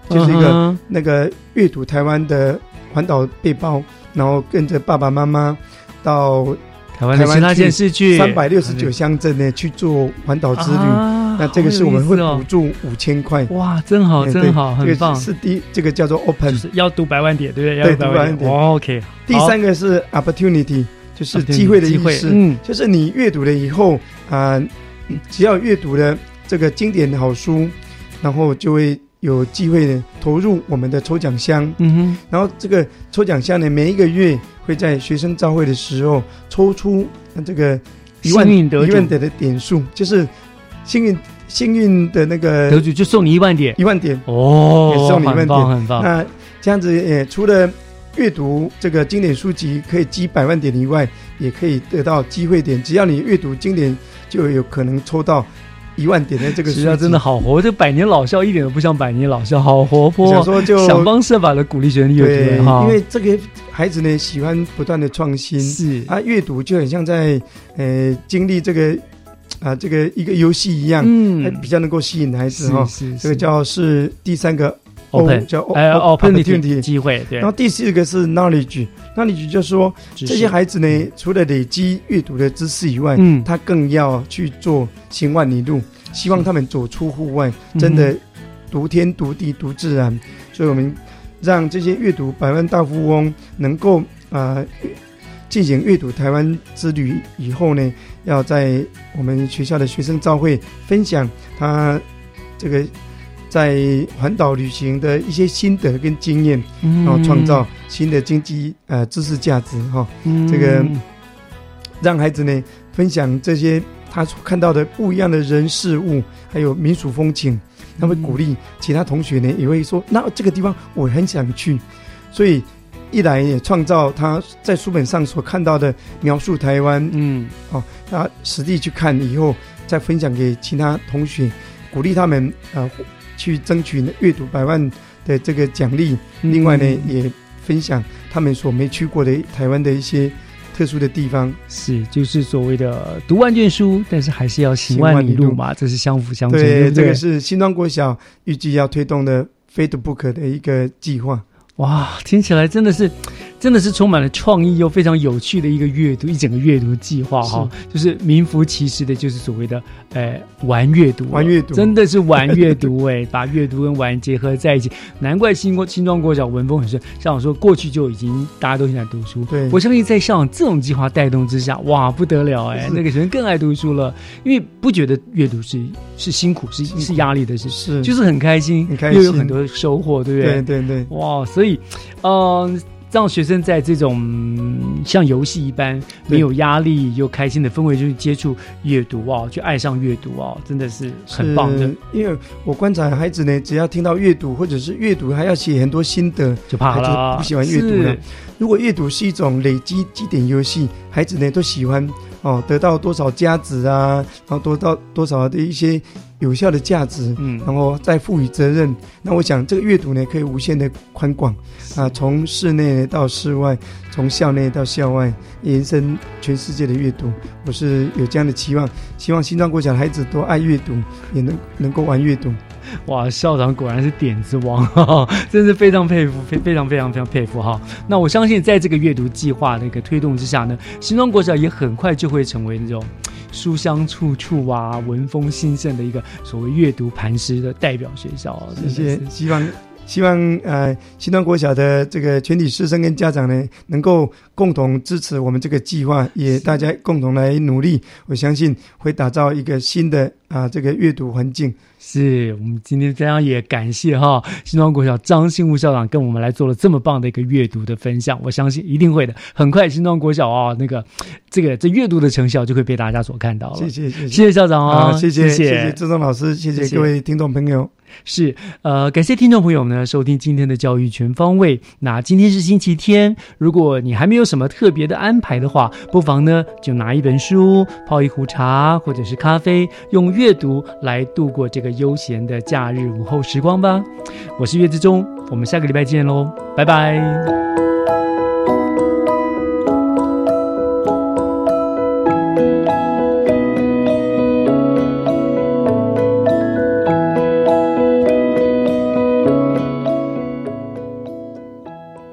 就是一个那个阅读台湾的环岛背包，然后跟着爸爸妈妈到台湾的其他县市去三百六十九乡镇呢去做环岛之旅。啊，那这个是我们会补助五千块。 哇，真好，真好，很棒。 是第这个叫做 Open， 就是要读百万点，对不对？ 对，读百万点。 哦 OK。 第三个是 Opportunity， 就是机会的意思。嗯，就是你阅读了以后啊、呃，只要阅读了这个经典好书，然后就会有机会呢投入我们的抽奖箱。嗯哼，然后这个抽奖箱呢，每一个月会在学生朝会的时候抽出这个一万一万点的点数，就是幸运幸运的那个得主就送你一万点， 一万点哦， 也送你一万点， 很棒。 那这样子也除了阅读这个经典书籍可以积百万点以外，也可以得到机会点，只要你阅读经典，就有可能抽到一万点的这个书籍。 真的好活，这百年老校一点都不像百年老校，好活泼， 想说就想方设法的鼓励学生阅读哈。 因为这个孩子呢喜欢不断的创新，是啊，阅读就很像在呃经历这个啊这个一个游戏一样，嗯，还比较能够吸引孩子哈。这个叫是第三个 open 叫 opportunity 机会，对。 然后第四个是 knowledge，knowledge 就是说这些孩子呢，除了累积阅读的知识以外，嗯，他更要去做行万里路，希望他们走出户外，真的读天读地读自然。所以我们让这些阅读百万大富翁能够啊、呃、进行阅读台湾之旅以后呢，要在我们学校的学生朝会分享他这个在环岛旅行的一些心得跟经验，嗯、然后创造新的经济呃知识价值哈、嗯。这个让孩子呢分享这些他所看到的不一样的人事物，还有民俗风情，他会鼓励其他同学呢也会说，那这个地方我很想去，所以一来也创造他在书本上所看到的描述台湾，嗯，哦，他实地去看以后再分享给其他同学，鼓励他们呃。去争取阅读百万的这个奖励，嗯、另外呢，也分享他们所没去过的台湾的一些特殊的地方。 是，就是所谓的读万卷书，但是还是要行万里路嘛，这是相辅相成。对，对对， 这个是新庄国小预计要推动的 Facebook 的一个计划。 哇，听起来真的是，真的是充满了创意又非常有趣的一个阅读，一整个阅读计划哈，就是名副其实的，就是所谓的呃玩阅读， 玩阅读， 真的是玩阅读哎，把阅读跟玩结合在一起，难怪新国新庄国小文风很盛。像我说，过去就已经大家都很想读书，对，我相信在像这种计划带动之下，哇，不得了哎，那个学生更爱读书了，因为不觉得阅读是是辛苦，是是压力的事，是就是很开心， 很开心， 又有很多收获，对不对？ 对对对， 哇，所以。嗯、呃，让学生在这种、嗯、像游戏一般没有压力又开心的氛围就去接触阅读啊，去爱上阅读啊，真的是很棒的。 因为我观察孩子呢，只要听到阅读或者是阅读还要写很多心得， 就怕了， 孩子不喜欢阅读了。如果阅读是一种累积积点游戏，孩子呢都喜欢哦，得到多少价值啊，然后得到多少的一些有效的价值，嗯，然后再赋予责任。那我想这个阅读呢，可以无限的宽广啊，从室内到室外，从校内到校外，延伸全世界的阅读。我是有这样的期望，希望新庄国小的孩子都爱阅读，也能能够玩阅读。 哇，校长果然是点子王，呵呵，真是非常佩服，非非常非常非常佩服哈。那我相信，在这个阅读计划的一个推动之下呢，新庄国小也很快就会成为那种书香处处啊、文风兴盛的一个所谓阅读磐石的代表学校。 谢谢，希望希望呃新庄国小的这个全体师生跟家长呢，能够共同支持我们这个计划，也大家共同来努力。我相信会打造一个新的啊这个阅读环境。 是我们今天非常也感谢哈新庄国小张信武校长跟我们来做了这么棒的一个阅读的分享，我相信一定会的，很快新庄国小啊、哦、那个这个这阅读的成效就会被大家所看到了。 谢谢谢谢谢谢校长哦， 啊、谢谢谢谢周忠老师，谢谢各位听众朋友。 是呃，感谢听众朋友们呢收听今天的教育全方位。那今天是星期天，如果你还没有什么特别的安排的话，不妨呢就拿一本书，泡一壶茶或者是咖啡，用阅读来度过这个悠闲的假日午后时光吧。我是岳志忠，我们下个礼拜见喽，拜拜。